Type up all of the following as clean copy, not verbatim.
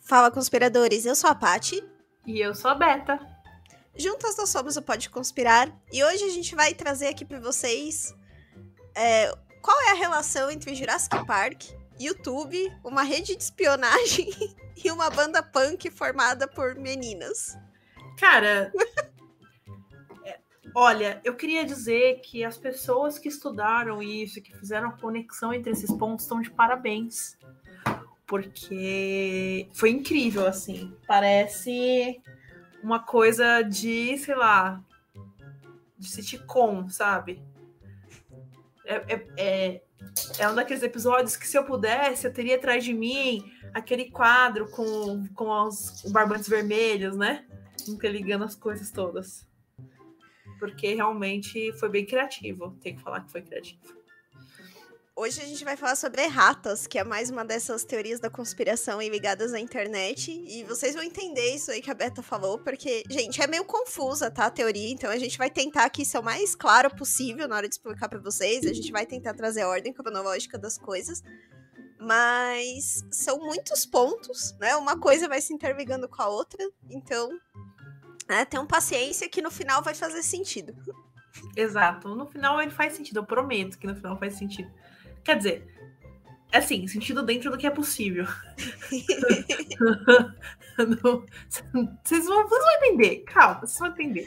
Fala, conspiradores, eu sou a Paty. E eu sou a Beta. Juntas nós somos o Pode Conspirar. E hoje a gente vai trazer aqui pra vocês qual é a relação entre Jurassic Park, YouTube, uma rede de espionagem e uma banda punk formada por meninas. Cara, olha, eu queria dizer que as pessoas que estudaram isso, que fizeram a conexão entre esses pontos, estão de parabéns. Porque foi incrível, assim. Parece uma coisa de, sei lá, de sitcom, sabe? É um daqueles episódios que, se eu pudesse, eu teria atrás de mim aquele quadro com os barbantes vermelhos, né? Interligando as coisas todas. Porque realmente foi bem criativo. Tenho que falar que foi criativo. Hoje a gente vai falar sobre erratas, que é mais uma dessas teorias da conspiração ligadas à internet. E vocês vão entender isso aí que a Beta falou, porque, gente, é meio confusa, tá, a teoria. Então a gente vai tentar aqui ser o mais claro possível na hora de explicar pra vocês. A gente vai tentar trazer ordem cronológica das coisas. Mas são muitos pontos, né? Uma coisa vai se interligando com a outra. Então, tenham paciência que no final vai fazer sentido. Exato. No final ele faz sentido. Eu prometo que no final faz sentido. Quer dizer, assim, sentido dentro do que é possível. Vocês vão entender. Calma, vocês vão entender.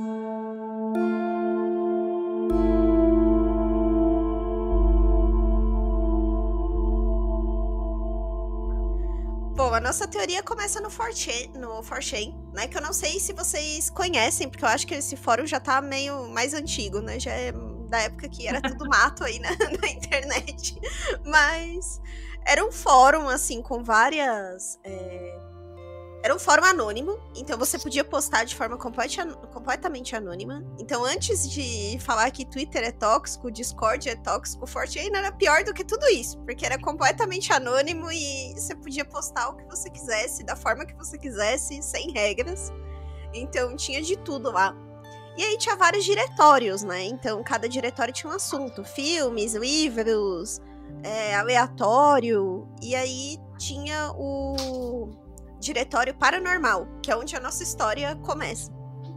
Bom, a nossa teoria começa no 4chan, né? Que eu não sei se vocês conhecem, porque eu acho que esse fórum já tá meio mais antigo, né? Já é da época que era tudo mato aí na internet. Mas era um fórum, assim, com várias... Era um fórum anônimo, então você podia postar de forma completamente anônima. Então, antes de falar que Twitter é tóxico, Discord é tóxico, o 4chan era pior do que tudo isso, porque era completamente anônimo e você podia postar o que você quisesse, da forma que você quisesse, sem regras. Então, tinha de tudo lá. E aí tinha vários diretórios, né? Então, cada diretório tinha um assunto. Filmes, livros, aleatório. E aí tinha o diretório paranormal, que é onde a nossa história começa.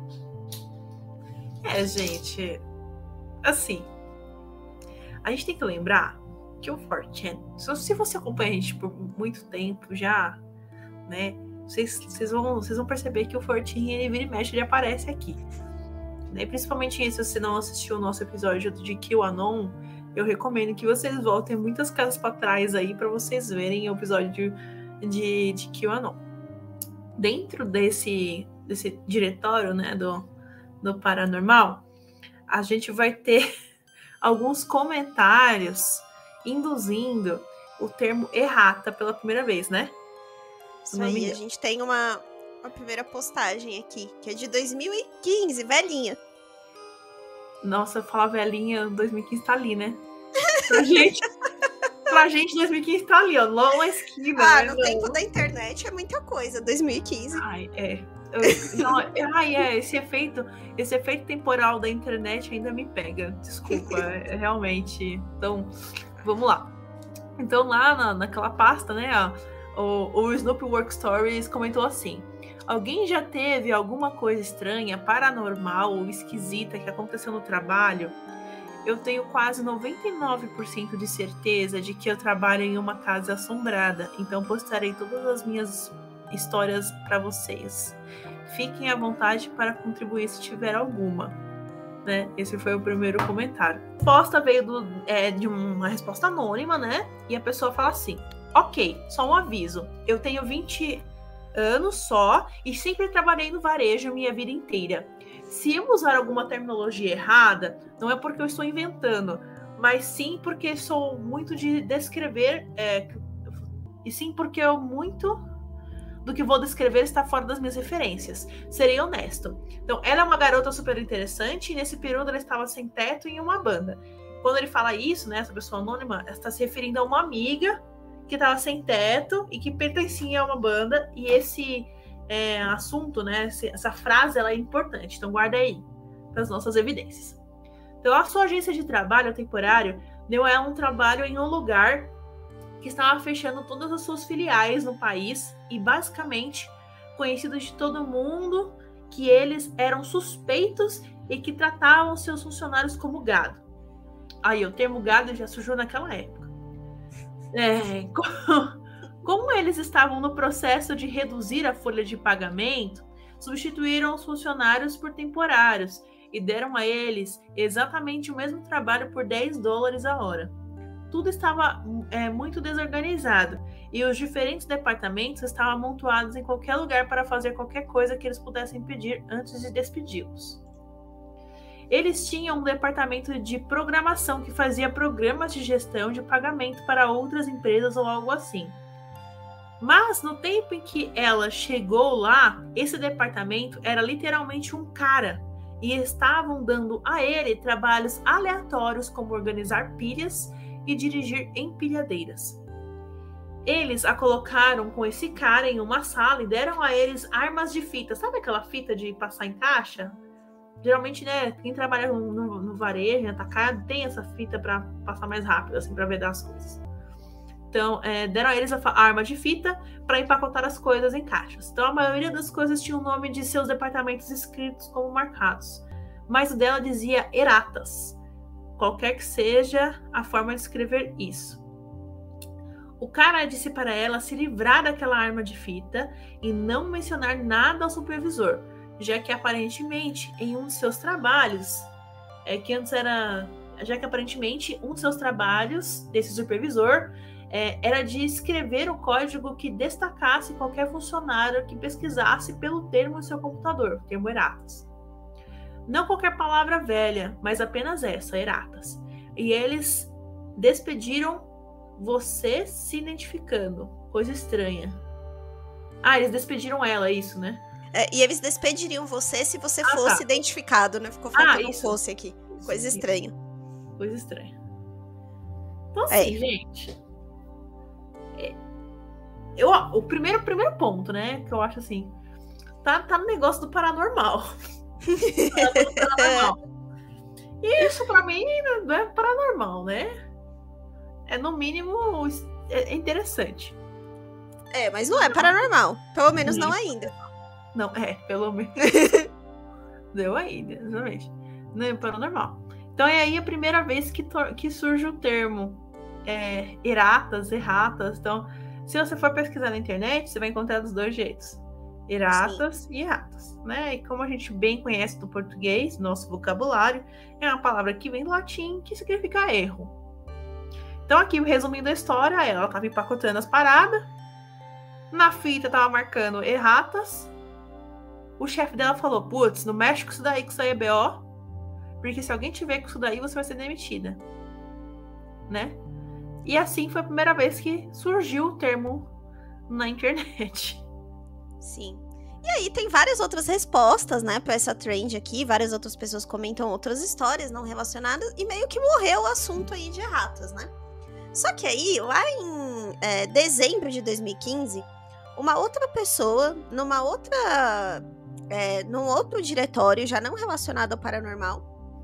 Gente, assim, a gente tem que lembrar que o 4chan, se você acompanha a gente por muito tempo já, né, vocês vão perceber que o 4chan, ele vira e mexe, ele aparece aqui. Né? Principalmente se você não assistiu o nosso episódio de QAnon, eu recomendo que vocês voltem muitas casas para trás aí para vocês verem o episódio de QAnon. Dentro desse diretório, né, do paranormal, a gente vai ter alguns comentários induzindo o termo errata pela primeira vez, né? Isso aí, a gente tem uma primeira postagem aqui, que é de 2015, velhinha. Nossa, falar velhinha, 2015 tá ali, né? Pra gente 2015 tá ali, ó, lá na esquina. No tempo da internet é muita coisa, 2015. Esse efeito temporal da internet ainda me pega. Desculpa, realmente. Então, vamos lá. Então, lá naquela pasta, né, o Snoopy Work Stories comentou assim: alguém já teve alguma coisa estranha, paranormal ou esquisita que aconteceu no trabalho? Eu tenho quase 99% de certeza de que eu trabalho em uma casa assombrada, então postarei todas as minhas histórias para vocês. Fiquem à vontade para contribuir se tiver alguma. Né? Esse foi o primeiro comentário. A resposta veio de uma resposta anônima, né? E a pessoa fala assim: ok, só um aviso. Eu tenho 20 anos só e sempre trabalhei no varejo minha vida inteira. Se eu usar alguma terminologia errada, não é porque eu estou inventando, mas sim porque sou muito de descrever, e sim porque muito do que vou descrever está fora das minhas referências. Serei honesto. Então, ela é uma garota super interessante e nesse período ela estava sem teto em uma banda. Quando ele fala isso, né, essa pessoa anônima, ela está se referindo a uma amiga que estava sem teto e que pertencia a uma banda, e esse assunto, né, essa frase, ela é importante, então guarda aí para as nossas evidências. Então, a sua agência de trabalho temporário não é um trabalho em um lugar que estava fechando todas as suas filiais no país e basicamente conhecido de todo mundo que eles eram suspeitos e que tratavam seus funcionários como gado. Aí o termo gado já surgiu naquela época. Como eles estavam no processo de reduzir a folha de pagamento, substituíram os funcionários por temporários e deram a eles exatamente o mesmo trabalho por $10 a hora. Tudo estava muito desorganizado e os diferentes departamentos estavam amontoados em qualquer lugar para fazer qualquer coisa que eles pudessem pedir antes de despedi-los. Eles tinham um departamento de programação que fazia programas de gestão de pagamento para outras empresas ou algo assim. Mas no tempo em que ela chegou lá, esse departamento era literalmente um cara e estavam dando a ele trabalhos aleatórios como organizar pilhas e dirigir empilhadeiras. Eles a colocaram com esse cara em uma sala e deram a eles armas de fita. Sabe aquela fita de passar em caixa? Geralmente, né, quem trabalha no varejo, em atacado, tem essa fita para passar mais rápido, assim, para vedar as coisas. Então, deram a eles a arma de fita para empacotar as coisas em caixas. Então, a maioria das coisas tinha o nome de seus departamentos escritos como marcados. Mas o dela dizia Eratas. Qualquer que seja a forma de escrever isso. O cara disse para ela se livrar daquela arma de fita e não mencionar nada ao supervisor, já que aparentemente em um de seus trabalhos, um de seus trabalhos desse supervisor era de escrever um código que destacasse qualquer funcionário que pesquisasse pelo termo em seu computador, o termo Eratas. Não qualquer palavra velha, mas apenas essa, Eratas. E eles despediram você se identificando. Coisa estranha. Eles despediram ela, isso, né? E eles despediriam você se você fosse identificado, né? Ficou faltando um fosse aqui. Coisa estranha. Coisa estranha. Então, assim, gente... o primeiro ponto, né? Que eu acho assim... Tá no negócio do paranormal. E isso pra mim não é paranormal, né? É no mínimo interessante. Mas não é paranormal. Pelo menos não ainda. Não, pelo menos. Não ainda, exatamente. Não é paranormal. Então é aí a primeira vez que surge o termo erratas. Então, se você for pesquisar na internet, você vai encontrar dos dois jeitos. Eratas e erratas, né? E como a gente bem conhece do português, nosso vocabulário, é uma palavra que vem do latim que significa erro. Então aqui, resumindo a história, ela estava empacotando as paradas, na fita estava marcando erratas, o chefe dela falou, putz, não mexe com isso daí, que isso aí é BO, porque se alguém tiver com isso daí, você vai ser demitida, né? E assim foi a primeira vez que surgiu o termo na internet. Sim. E aí tem várias outras respostas, né, pra essa trend aqui, várias outras pessoas comentam outras histórias não relacionadas e meio que morreu o assunto aí de erratas, né? Só que aí, lá em dezembro de 2015, uma outra pessoa, num outro diretório, já não relacionado ao paranormal,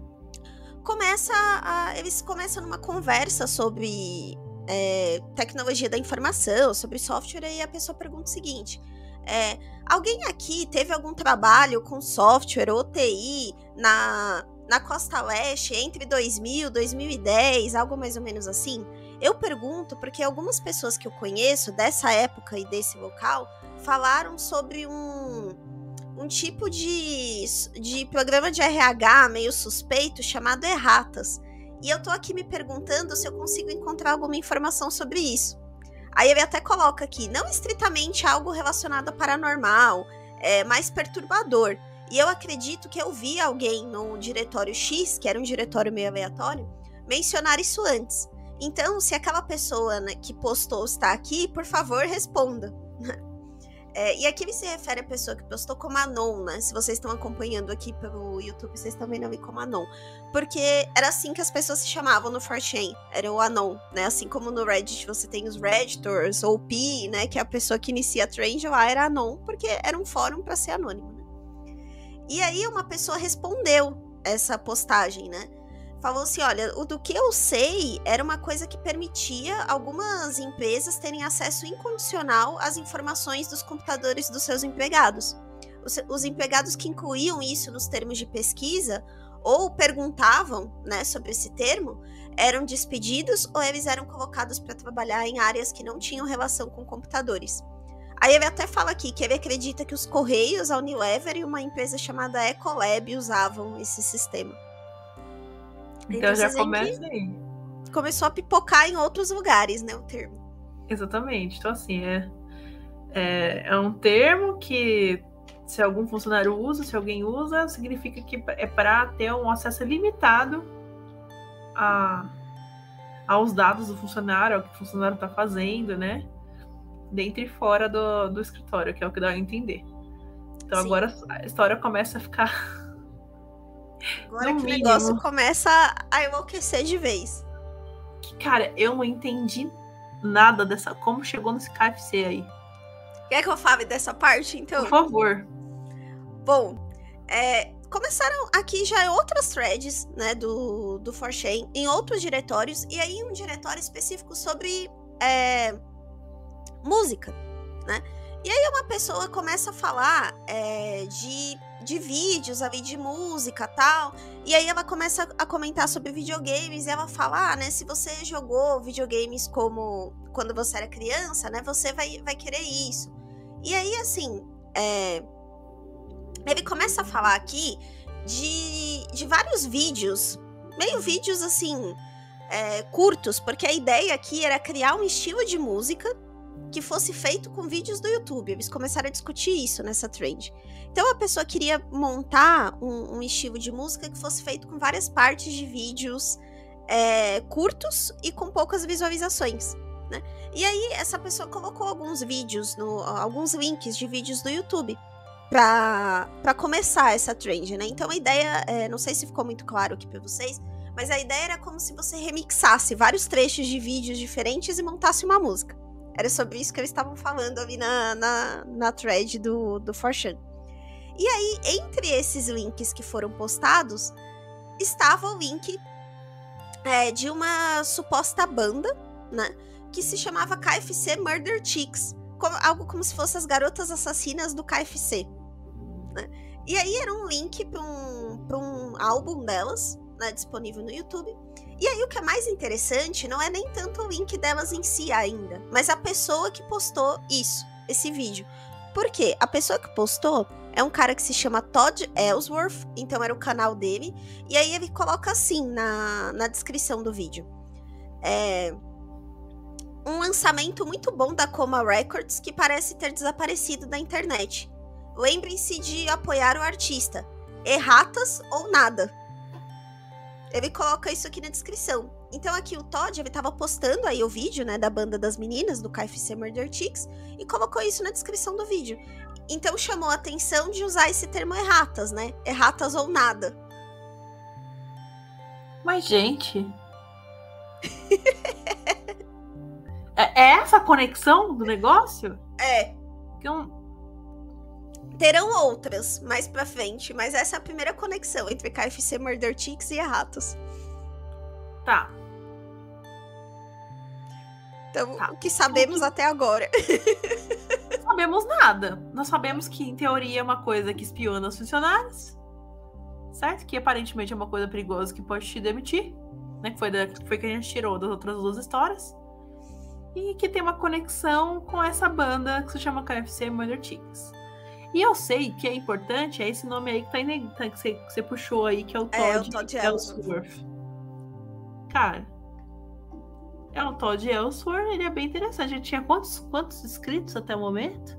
eles começam numa conversa sobre tecnologia da informação, sobre software, e a pessoa pergunta o seguinte... alguém aqui teve algum trabalho com software ou TI na Costa Leste entre 2000 e 2010, algo mais ou menos assim? Eu pergunto porque algumas pessoas que eu conheço dessa época e desse local falaram sobre um tipo de programa de RH meio suspeito chamado Erratas. E eu tô aqui me perguntando se eu consigo encontrar alguma informação sobre isso. Aí ele até coloca aqui, não estritamente algo relacionado a paranormal, mais perturbador. E eu acredito que eu vi alguém no diretório X, que era um diretório meio aleatório, mencionar isso antes. Então, se aquela pessoa, né, que postou está aqui, por favor, responda. E aqui ele se refere à pessoa que postou como Anon, né? Se vocês estão acompanhando aqui pelo YouTube, vocês estão vendo ali como Anon. Porque era assim que as pessoas se chamavam no 4chan, era o Anon, né? Assim como no Reddit você tem os Redditors, ou P, né? Que é a pessoa que inicia a trend, lá era Anon, porque era um fórum para ser anônimo, né? E aí uma pessoa respondeu essa postagem, né? falou assim, olha, o do que eu sei era uma coisa que permitia algumas empresas terem acesso incondicional às informações dos computadores dos seus empregados. Os empregados que incluíam isso nos termos de pesquisa ou perguntavam, né, sobre esse termo, eram despedidos ou eles eram colocados para trabalhar em áreas que não tinham relação com computadores. Aí ele até fala aqui que ele acredita que os Correios, a Unilever e uma empresa chamada Ecolab usavam esse sistema. Então já começa aí. Começou a pipocar em outros lugares, né, o termo. Exatamente. Então, assim, é um termo que, se algum funcionário usa, se alguém usa, significa que é para ter um acesso limitado aos dados do funcionário, ao que o funcionário está fazendo, né? Dentro e fora do escritório, que é o que dá a entender. Então, sim, agora a história começa a ficar... Agora que o negócio começa a enlouquecer de vez. Cara, eu não entendi nada dessa... Como chegou nesse KFC aí? Quer que eu fale dessa parte, então? Por favor. Bom, começaram aqui já outras threads, né, do 4chan, em outros diretórios, e aí um diretório específico sobre música, né? E aí uma pessoa começa a falar de vídeos ali, de música e tal, e aí ela começa a comentar sobre videogames, e ela fala, né, se você jogou videogames como quando você era criança, né, você vai querer isso. E aí, assim, ele começa a falar aqui de vários vídeos, meio vídeos, assim, curtos, porque a ideia aqui era criar um estilo de música que fosse feito com vídeos do YouTube. Eles começaram a discutir isso nessa trend. Então a pessoa queria montar um estilo de música que fosse feito com várias partes de vídeos curtos e com poucas visualizações, né? E aí essa pessoa colocou alguns vídeos, alguns links de vídeos do YouTube para começar essa trend, né? Então a ideia, não sei se ficou muito claro aqui para vocês, mas a ideia era como se você remixasse vários trechos de vídeos diferentes e montasse uma música. Era sobre isso que eles estavam falando ali na thread do 4chan. E aí, entre esses links que foram postados, estava o link de uma suposta banda, né, que se chamava KFC Murder Chicks, algo como se fossem as garotas assassinas do KFC, né? E aí era um link para um álbum delas, né, disponível no YouTube. E aí o que é mais interessante não é nem tanto o link delas em si ainda, mas a pessoa que postou esse vídeo. Por quê? A pessoa que postou é um cara que se chama Todd Ellsworth, então era o canal dele, e aí ele coloca assim na descrição do vídeo. Um lançamento muito bom da Coma Records que parece ter desaparecido da internet. Lembrem-se de apoiar o artista. Erratas ou nada. Ele coloca isso aqui na descrição. Então aqui o Todd, ele tava postando aí o vídeo, né, da banda das meninas, do KFC Murder Chicks, e colocou isso na descrição do vídeo. Então chamou a atenção de usar esse termo erratas, né? Erratas ou nada. Mas, gente... é essa a conexão do negócio? Terão outras mais pra frente, mas essa é a primeira conexão entre KFC Murder Chicks e erratas. Tá. Então, o que sabemos até agora? Não sabemos nada. Nós sabemos que, em teoria, é uma coisa que espiona os funcionários, certo? Que aparentemente é uma coisa perigosa que pode te demitir, né? Que foi que a gente tirou das outras duas histórias. E que tem uma conexão com essa banda que se chama KFC Murder Chicks. E eu sei que é importante, é esse nome aí que você puxou aí, que é o Todd Ellsworth. Cara, é o Todd Ellsworth, ele é bem interessante. Ele tinha quantos inscritos até o momento?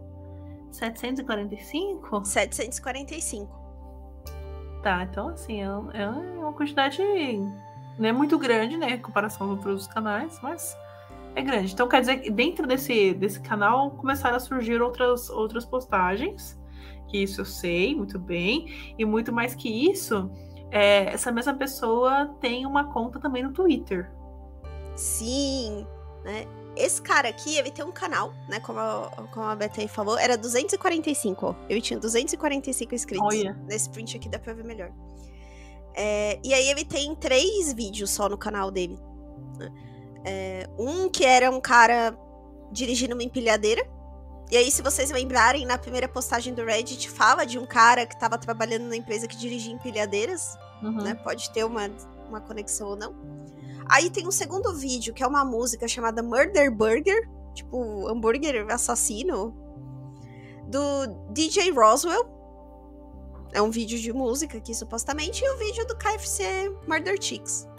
745? 745. Tá, então assim, é uma quantidade... Não é muito grande, né, em comparação com outros canais, mas é grande. Então quer dizer que dentro desse canal começaram a surgir outras postagens, que isso eu sei muito bem, e muito mais que isso, essa mesma pessoa tem uma conta também no Twitter. Sim, né? Esse cara aqui, ele tem um canal, né, como a Bethany falou, era 245, ó. Ele tinha 245 inscritos. Olha. Nesse print aqui dá pra ver melhor. E aí ele tem 3 vídeos só no canal dele. Um que era um cara dirigindo uma empilhadeira. E aí, se vocês lembrarem, na primeira postagem do Reddit, fala de um cara que estava trabalhando na empresa que dirigia empilhadeiras. Né? Pode ter uma conexão ou não. Aí tem um segundo vídeo, que é uma música chamada Murder Burger, tipo hambúrguer assassino, do DJ Roswell. É um vídeo de música aqui, supostamente, e o vídeo do KFC Murder Chicks.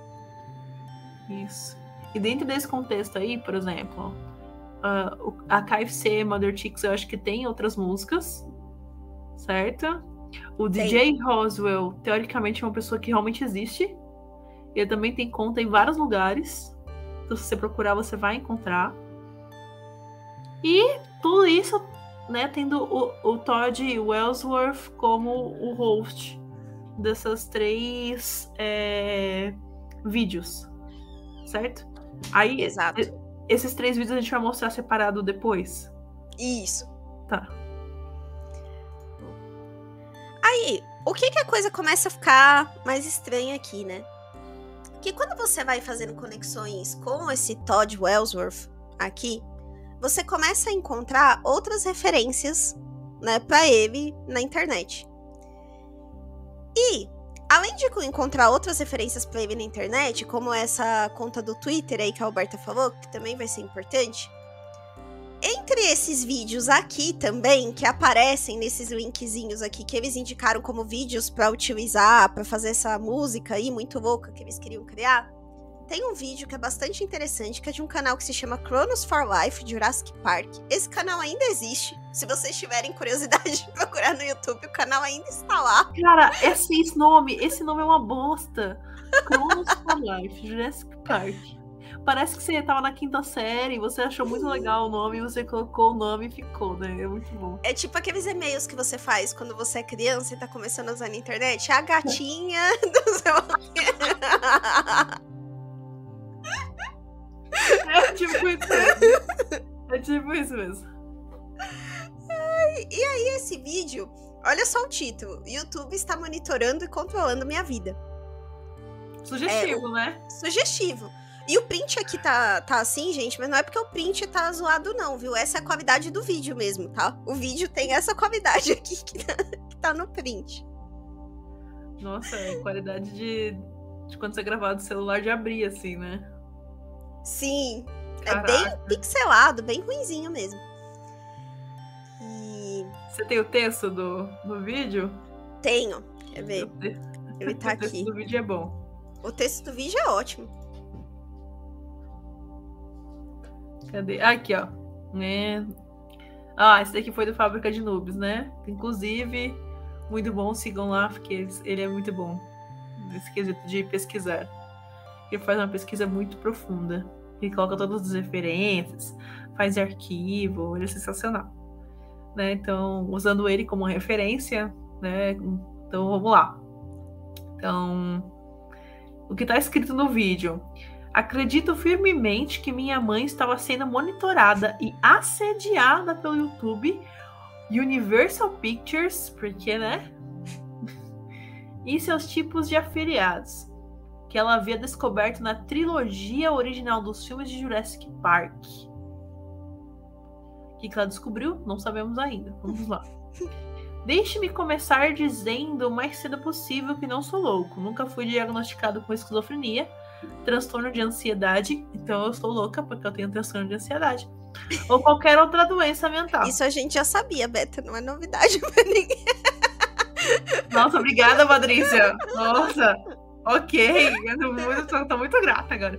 Isso. E dentro desse contexto aí, por exemplo, a KFC Murder Chicks, eu acho que tem outras músicas, certo? O DJ Roswell, teoricamente, é uma pessoa que realmente existe. Ele também tem conta em vários lugares. Então, se você procurar, você vai encontrar. E tudo isso, né, tendo o Todd Wellsworth como o host dessas 3 vídeos, certo? Aí, Exato. Esses 3 vídeos a gente vai mostrar separado depois. Isso. Tá. Aí, o que a coisa começa a ficar mais estranha aqui, né? Que quando você vai fazendo conexões com esse Todd Wellsworth aqui, você começa a encontrar outras referências, né, pra ele na internet. E, além de encontrar outras referências pra ele na internet, como essa conta do Twitter aí que a Alberta falou, que também vai ser importante, entre esses vídeos aqui também, que aparecem nesses linkzinhos aqui, que eles indicaram como vídeos pra utilizar, pra fazer essa música aí muito louca que eles queriam criar, tem um vídeo que é bastante interessante, que é de um canal que se chama Chronos for Life, de Jurassic Park. Esse canal ainda existe. Se vocês tiverem curiosidade de procurar no YouTube, o canal ainda está lá. Cara, esse nome é uma bosta. Chronos for Life, Jurassic Park. Parece que você tava na 5ª série, você achou muito legal o nome, e você colocou o nome e ficou, né? É muito bom. É tipo aqueles e-mails que você faz quando você é criança e tá começando a usar na internet. A gatinha do seu... É tipo isso mesmo. É tipo isso mesmo. E aí, esse vídeo, olha só o título: YouTube está monitorando e controlando minha vida. Sugestivo, né? Sugestivo. E o print aqui tá assim, gente, mas não é porque o print tá zoado, não, viu? Essa é a qualidade do vídeo mesmo, tá? O vídeo tem essa qualidade aqui que tá no print. Nossa, é qualidade de quando você gravar do celular de abrir, assim, né? Sim. Caraca. É bem pixelado, bem ruinzinho mesmo. E... Você tem o texto do vídeo? Tenho. Quer ver? Ele tá aqui. O texto do vídeo é bom. O texto do vídeo é ótimo. Cadê? Aqui, ó. Esse daqui foi do Fábrica de Noobs, né? Inclusive, muito bom, sigam lá, porque ele é muito bom nesse quesito de pesquisar. Ele faz uma pesquisa muito profunda. Ele coloca todas as referências, faz arquivo, ele é sensacional. Né? Então, usando ele como referência, né? Então, vamos lá. Então, o que está escrito no vídeo: acredito firmemente que minha mãe estava sendo monitorada e assediada pelo YouTube, Universal Pictures, porque, né? E seus tipos de afiliados, que ela havia descoberto na trilogia original dos filmes de Jurassic Park. O que ela descobriu? Não sabemos ainda. Vamos lá. Deixe-me começar dizendo o mais cedo possível que não sou louco. Nunca fui diagnosticado com esquizofrenia, transtorno de ansiedade. Então eu sou louca porque eu tenho transtorno de ansiedade. Ou qualquer outra doença mental. Isso a gente já sabia, Beta. Não é novidade pra ninguém. Nossa, obrigada, Patrícia. Nossa. Ok. Eu tô muito grata agora.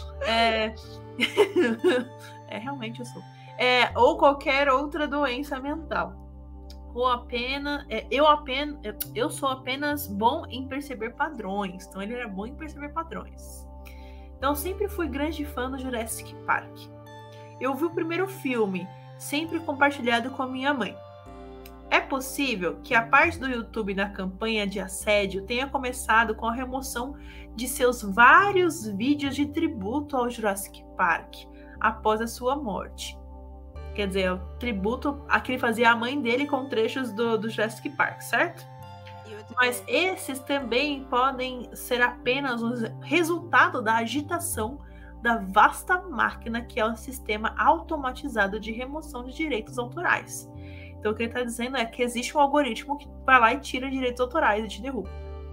Realmente eu sou. Ou qualquer outra doença mental. Ou apenas. Eu sou apenas bom em perceber padrões. Então ele era bom em perceber padrões. Então sempre fui grande fã do Jurassic Park. Eu vi o primeiro filme, sempre compartilhado com a minha mãe. É possível que a parte do YouTube na campanha de assédio tenha começado com a remoção de seus vários vídeos de tributo ao Jurassic Park após a sua morte. Quer dizer, o tributo a que ele fazia a mãe dele com trechos do Jurassic Park, certo? Mas esses também podem ser apenas um resultado da agitação da vasta máquina que é o sistema automatizado de remoção de direitos autorais. Então, o que ele está dizendo é que existe um algoritmo que vai lá e tira direitos autorais e te derruba.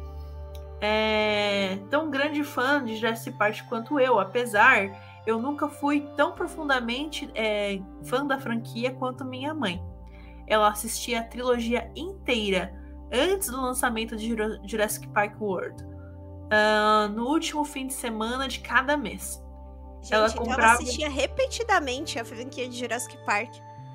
Tão grande fã de Jurassic Park quanto eu nunca fui tão profundamente fã da franquia quanto minha mãe. Ela assistia a trilogia inteira antes do lançamento de Jurassic Park World, no último fim de semana de cada mês. Gente, ela assistia repetidamente a franquia de Jurassic Park.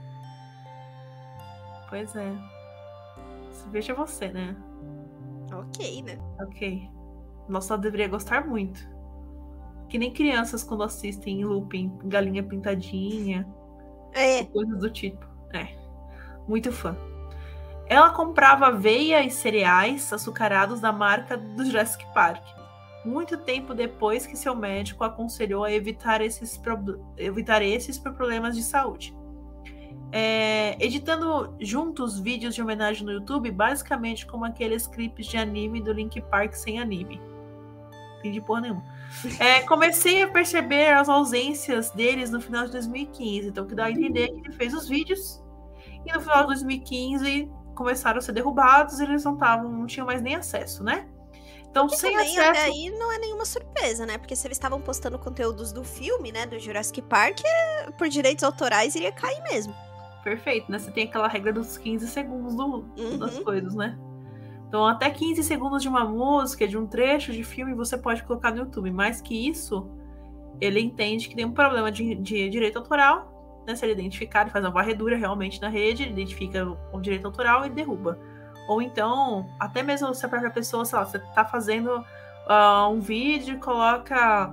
Pois é. Veja você, né? Ok, né? Ok. Nossa, ela deveria gostar muito. Que nem crianças quando assistem em looping Galinha Pintadinha. Coisas do tipo. Muito fã. Ela comprava aveia e cereais açucarados da marca do Jurassic Park. Muito tempo depois que seu médico aconselhou a evitar esses por problemas de saúde. Editando juntos vídeos de homenagem no YouTube, basicamente como aqueles clipes de anime do Linkin Park sem anime. Não entendi porra nenhuma. Comecei a perceber as ausências deles no final de 2015, então que dá a entender que ele fez os vídeos e no final de 2015 começaram a ser derrubados e eles não tinham mais nem acesso, né? Então, sem acesso... Até aí não é nenhuma surpresa, né? Porque se eles estavam postando conteúdos do filme, né, do Jurassic Park, por direitos autorais iria cair mesmo. Perfeito, né? Você tem aquela regra dos 15 segundos das coisas, né? Então, até 15 segundos de uma música, de um trecho de filme, você pode colocar no YouTube. Mais que isso, ele entende que tem um problema de direito autoral, né? Se ele identificar, ele faz uma varredura realmente na rede, ele identifica o direito autoral e derruba. Ou então, até mesmo se a própria pessoa, sei lá, você tá fazendo um vídeo e coloca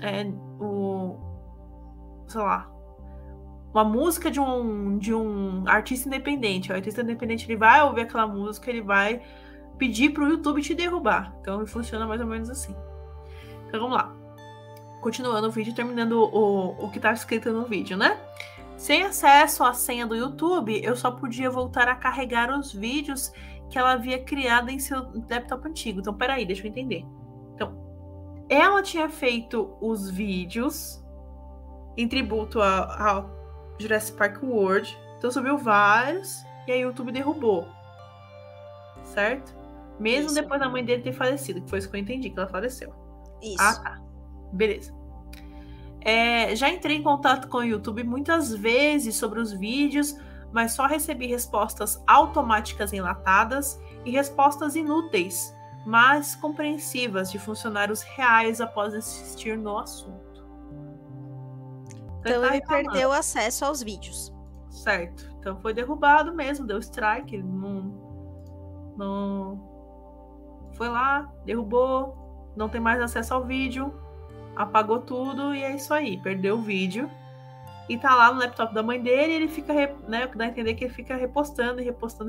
sei lá, uma música de um artista independente. O artista independente, ele vai ouvir aquela música, ele vai pedir pro YouTube te derrubar. Então, funciona mais ou menos assim. Então, vamos lá. Continuando o vídeo, terminando o que tá escrito no vídeo, né? Sem acesso à senha do YouTube, eu só podia voltar a carregar os vídeos que ela havia criado em seu laptop antigo. Então, peraí, deixa eu entender. Então, ela tinha feito os vídeos em tributo a Jurassic Park World. Então, subiu vários e aí o YouTube derrubou. Certo? Mesmo depois da mãe dele ter falecido, que foi isso que eu entendi, que ela faleceu. Isso. Ah, tá. Beleza. Já entrei em contato com o YouTube muitas vezes sobre os vídeos, mas só recebi respostas automáticas enlatadas e respostas inúteis, mas compreensivas de funcionários reais após insistir no assunto. Então ele perdeu acesso aos vídeos. Certo. Então foi derrubado mesmo, deu strike, ele não foi lá, derrubou, não tem mais acesso ao vídeo, apagou tudo e é isso aí, perdeu o vídeo. E tá lá no laptop da mãe dele e ele fica, né, dá a entender que ele fica repostando.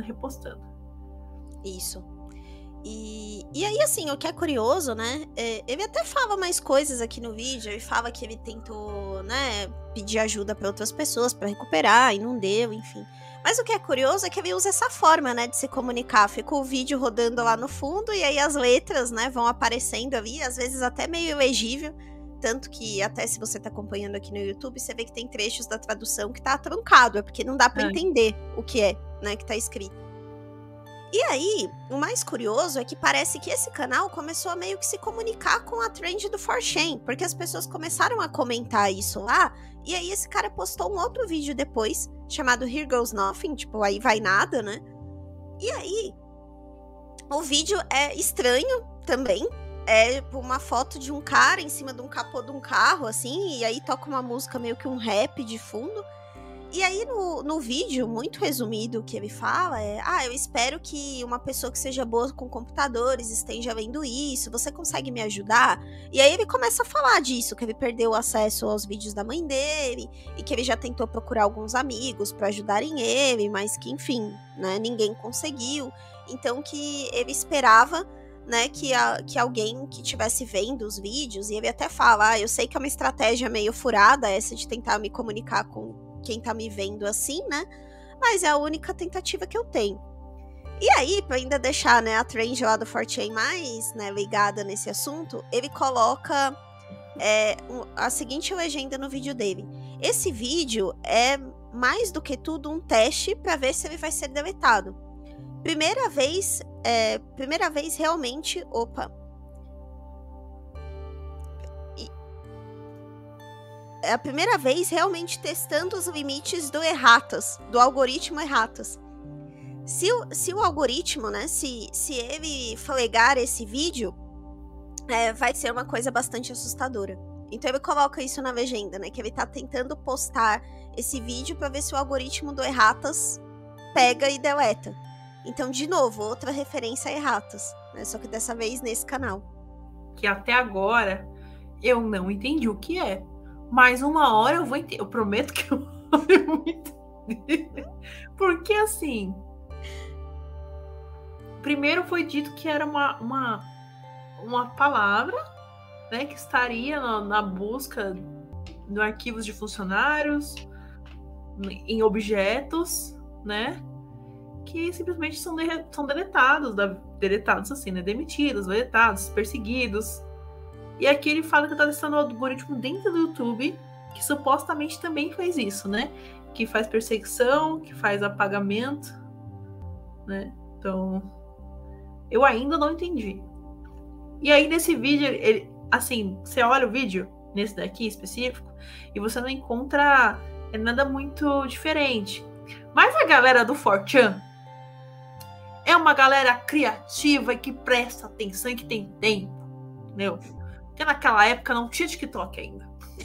Isso. E aí, assim, o que é curioso, né, ele até fala mais coisas aqui no vídeo, ele fala que ele tentou, né, pedir ajuda para outras pessoas para recuperar e não deu, enfim. Mas o que é curioso é que ele usa essa forma, né, de se comunicar. Fica o vídeo rodando lá no fundo e aí as letras, né, vão aparecendo ali, às vezes até meio ilegível. Tanto que até se você tá acompanhando aqui no YouTube, você vê que tem trechos da tradução que tá truncado, é porque não dá para entender o que é, né, que tá escrito. E aí, o mais curioso é que parece que esse canal começou a meio que se comunicar com a trend do 4chan, porque as pessoas começaram a comentar isso lá, e aí esse cara postou um outro vídeo depois, chamado Here Goes Nothing, tipo, aí vai nada, né? E aí, o vídeo é estranho também, é uma foto de um cara em cima de um capô de um carro, assim, e aí toca uma música meio que um rap de fundo. E aí no vídeo, muito resumido, o que ele fala é: eu espero que uma pessoa que seja boa com computadores esteja vendo isso, você consegue me ajudar? E aí ele começa a falar disso, que ele perdeu o acesso aos vídeos da mãe dele, e que ele já tentou procurar alguns amigos para ajudarem ele, mas que, enfim, né, ninguém conseguiu. Então que ele esperava, né, que alguém que estivesse vendo os vídeos, e ele até fala: eu sei que é uma estratégia meio furada essa de tentar me comunicar com quem tá me vendo assim, né, mas é a única tentativa que eu tenho. E aí, pra ainda deixar, né, a trend lá do 4chan mais, né, ligada nesse assunto, ele coloca a seguinte legenda no vídeo dele. Esse vídeo é, mais do que tudo, um teste para ver se ele vai ser deletado. Primeira vez realmente... Opa! É a primeira vez realmente testando os limites do Erratas, do algoritmo Erratas. Se o algoritmo, né, se ele flagar esse vídeo, vai ser uma coisa bastante assustadora. Então ele coloca isso na legenda, né, que ele tá tentando postar esse vídeo para ver se o algoritmo do Erratas pega e deleta. Então, de novo, outra referência a Erratas, né, só que dessa vez nesse canal. Que até agora eu não entendi o que é. Mas uma hora eu vou entender. Eu prometo que eu vou entender. Porque assim... Primeiro foi dito que era uma palavra, né, que estaria na busca no arquivos de funcionários, em objetos, né, que simplesmente são deletados, deletados assim, né, demitidos, deletados, perseguidos. E aqui ele fala que está testando o algoritmo dentro do YouTube, que supostamente também faz isso, né, que faz perseguição, que faz apagamento, né, então... Eu ainda não entendi. E aí, nesse vídeo, assim, você olha o vídeo, nesse daqui específico, e você não encontra nada muito diferente. Mas a galera do 4chan é uma galera criativa e que presta atenção e que tem tempo, entendeu? Porque naquela época não tinha TikTok ainda.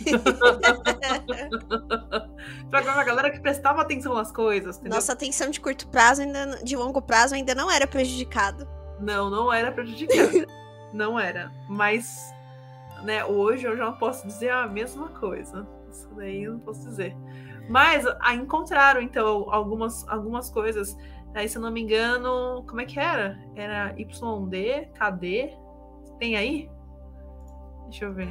Então agora a galera que prestava atenção nas coisas, entendeu? Nossa atenção de curto prazo, de longo prazo, ainda não era prejudicado. Não era prejudicado. Não era. Mas, né, hoje eu já não posso dizer a mesma coisa. Isso daí eu não posso dizer. Mas encontraram, então, algumas coisas. Aí, se eu não me engano, como é que era? Era YD, KD. Tem aí? Deixa eu ver.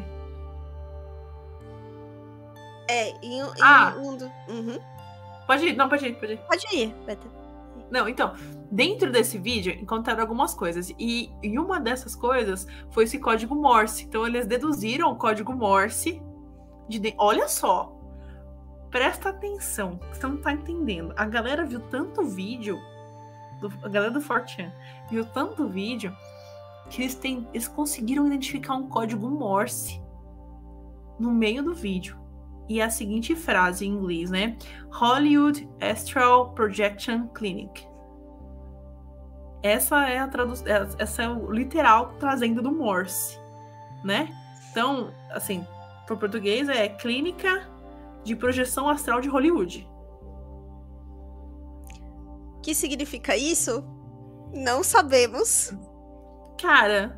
Uhum. Pode ir. Pode ir, Beta. Não, então, dentro desse vídeo encontraram algumas coisas. E uma dessas coisas foi esse código Morse. Então, eles deduziram o código Morse. Olha só. Presta atenção. Você não tá entendendo. A galera viu tanto vídeo. A galera do 4chan viu tanto vídeo que eles conseguiram identificar um código Morse no meio do vídeo. E a seguinte frase em inglês, né? Hollywood Astral Projection Clinic. Essa é a tradução, essa é o literal trazendo do Morse, né? Então, assim, para o português é Clínica de Projeção Astral de Hollywood. O que significa isso? Não sabemos. Cara,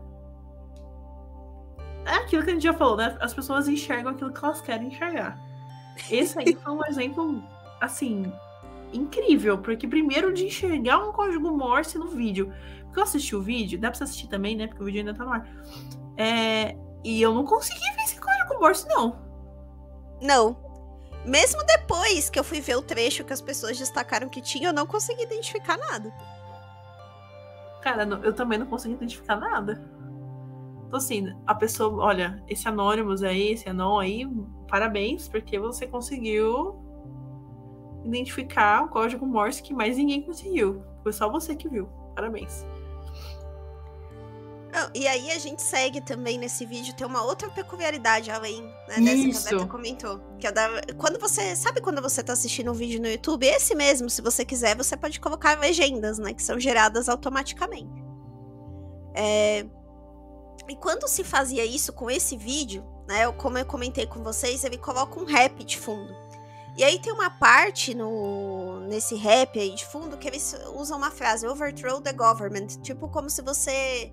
é aquilo que a gente já falou, né? As pessoas enxergam aquilo que elas querem enxergar. Esse aí foi um exemplo, assim, incrível. Porque primeiro de enxergar um código Morse no vídeo. Porque eu assisti o vídeo, dá pra você assistir também, né? Porque o vídeo ainda tá no ar. E eu não consegui ver esse código Morse, não. Não. Mesmo depois que eu fui ver o trecho que as pessoas destacaram que tinha, eu não consegui identificar nada. Cara, eu também não consegui identificar nada. Então, assim, a pessoa, olha, esse Anonymous aí, esse Anon aí, parabéns, porque você conseguiu identificar o código Morse que mais ninguém conseguiu. Foi só você que viu. Parabéns. E aí a gente segue também nesse vídeo, tem uma outra peculiaridade além, né, dessa que a Beta comentou. Que quando você tá assistindo um vídeo no YouTube, esse mesmo, se você quiser, você pode colocar legendas, né, que são geradas automaticamente. E quando se fazia isso com esse vídeo, né, como eu comentei com vocês, ele coloca um rap de fundo. E aí tem uma parte nesse rap aí de fundo que eles usam uma frase, overthrow the government, tipo como se você...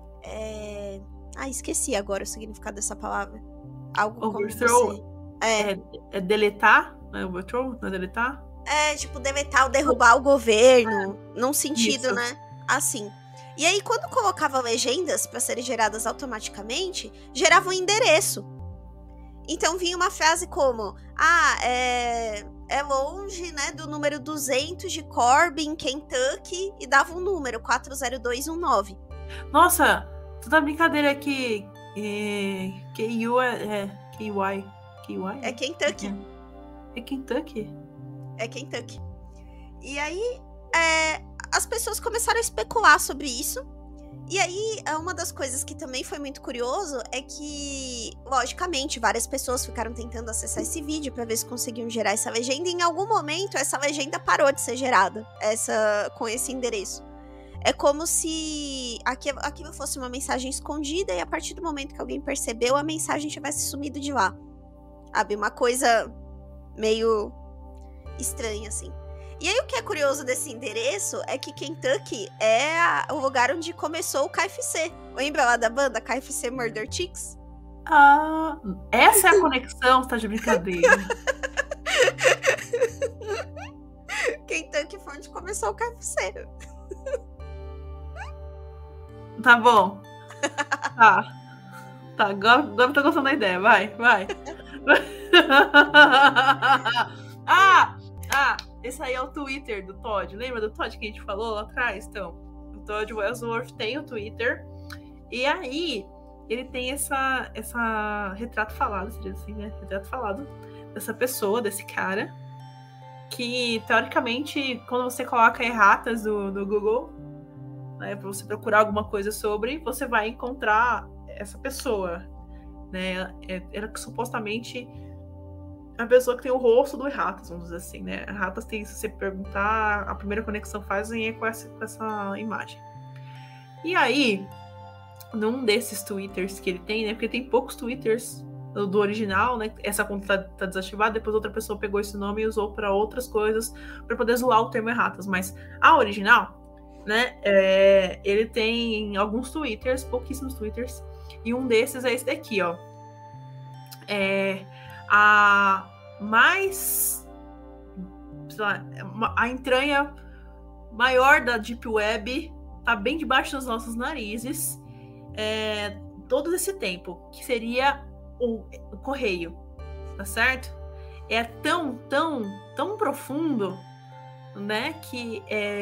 esqueci agora o significado dessa palavra. Algo overthrow, como você... É deletar? Não é overthrow? Não é deletar? Tipo, deletar ou derrubar o governo, num sentido, isso, né? Assim. E aí, quando colocava legendas para serem geradas automaticamente, gerava um endereço. Então vinha uma frase como, é longe, né, do número 200 de Corbin, Kentucky, e dava um número, 40219. Nossa, toda brincadeira que KU é KY. KY? É Kentucky. É Kentucky? É Kentucky. E aí, as pessoas começaram a especular sobre isso. E aí, uma das coisas que também foi muito curioso é que, logicamente, várias pessoas ficaram tentando acessar esse vídeo para ver se conseguiam gerar essa legenda. E em algum momento, essa legenda parou de ser gerada com esse endereço. É como se aquilo fosse uma mensagem escondida e a partir do momento que alguém percebeu, a mensagem tivesse sumido de lá. Sabe? Uma coisa meio estranha, assim. E aí, o que é curioso desse endereço é que Kentucky é o lugar onde começou o KFC. Lembra lá da banda KFC Murder Chicks? Ah, essa é a conexão, você tá de brincadeira. Kentucky foi onde começou o KFC. Tá bom. Tá, agora eu tô gostando da ideia. Vai. Esse aí é o Twitter do Todd. Lembra do Todd que a gente falou lá atrás? Então, o Todd Wellsworth tem o Twitter. E aí, ele tem essa retrato falado, seria assim, né? Retrato falado dessa pessoa, desse cara. Que, teoricamente, quando você coloca erratas no Google, né, pra você procurar alguma coisa sobre, você vai encontrar essa pessoa, né? Era que supostamente a pessoa que tem o rosto do Erratas, vamos dizer assim, né? Erratas tem, se você perguntar, a primeira conexão fazem é com essa imagem. E aí, num desses twitters que ele tem, né? Porque tem poucos twitters do original, né? Essa conta tá desativada, depois outra pessoa pegou esse nome e usou para outras coisas, para poder zoar o termo Erratas. Mas a original, né? Ele tem alguns twitters, pouquíssimos twitters, e um desses é esse daqui, ó. A mais, sei lá, a entranha maior da Deep Web tá bem debaixo dos nossos narizes todo esse tempo, que seria o correio, tá certo? É tão profundo, né, que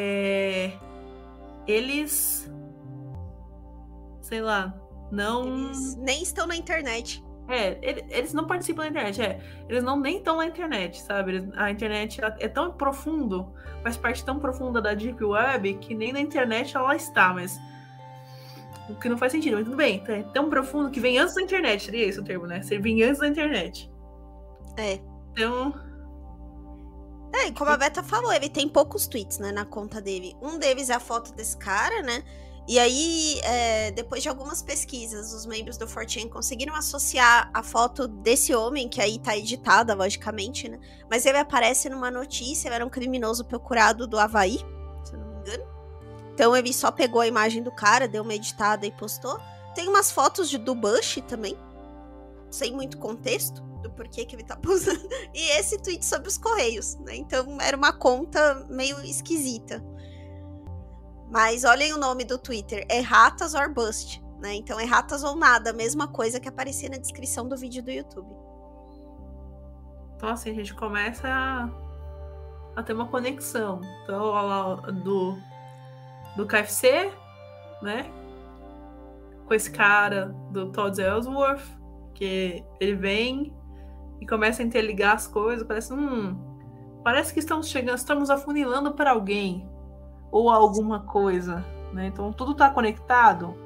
eles, sei lá, não... Eles nem estão na internet. Eles não participam da internet, eles nem estão na internet, sabe? A internet é tão profundo, faz parte tão profunda da Deep Web, que nem na internet ela está, mas o que não faz sentido, mas tudo bem, é tão profundo que vem antes da internet, seria esse o termo, né? Você vem antes da internet. Então... e como a Beta falou, ele tem poucos tweets, né, na conta dele. Um deles é a foto desse cara, né? E aí, depois de algumas pesquisas, os membros do 4chan conseguiram associar a foto desse homem, que aí tá editada, logicamente, né? Mas ele aparece numa notícia, ele era um criminoso procurado do Havaí, se eu não me engano. Então ele só pegou a imagem do cara, deu uma editada e postou. Tem umas fotos do Bush também, sem muito contexto do porquê que ele tá posando. E esse tweet sobre os Correios, né? Então era uma conta meio esquisita. Mas olhem o nome do Twitter, Erratas or Bust, né? Então, Erratas ou Nada, a mesma coisa que aparecia na descrição do vídeo do YouTube. Então, assim, a gente começa a ter uma conexão. Então, lá do KFC, né? Com esse cara do Todd Ellsworth, que ele vem e começa a interligar as coisas. Parece que estamos afunilando para alguém. Ou alguma coisa, né? Então tudo tá conectado?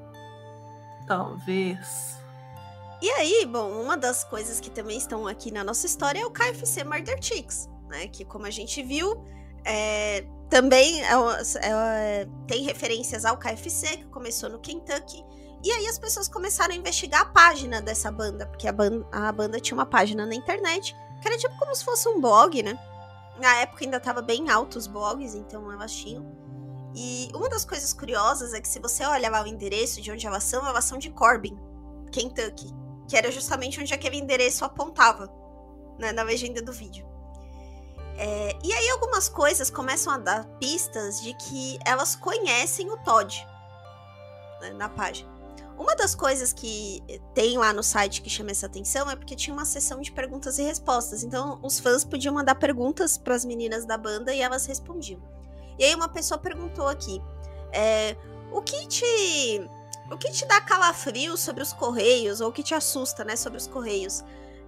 Talvez. E aí, bom, uma das coisas que também estão aqui na nossa história é o KFC Murder Chicks, né? Que, como a gente viu, também tem referências ao KFC, que começou no Kentucky. E aí as pessoas começaram a investigar a página dessa banda, porque a banda tinha uma página na internet, que era tipo como se fosse um blog, né? Na época ainda estava bem alto os blogs, então elas tinham. E uma das coisas curiosas é que se você olha lá o endereço de onde elas são de Corbin, Kentucky, que era justamente onde aquele endereço apontava, né, na legenda do vídeo. E aí algumas coisas começam a dar pistas de que elas conhecem o Todd, né, na página. Uma das coisas que tem lá no site que chama essa atenção é porque tinha uma sessão de perguntas e respostas. Então, os fãs podiam mandar perguntas para as meninas da banda e elas respondiam. E aí uma pessoa perguntou aqui, o que te dá calafrio sobre os Correios, ou o que te assusta, né, sobre os Correios?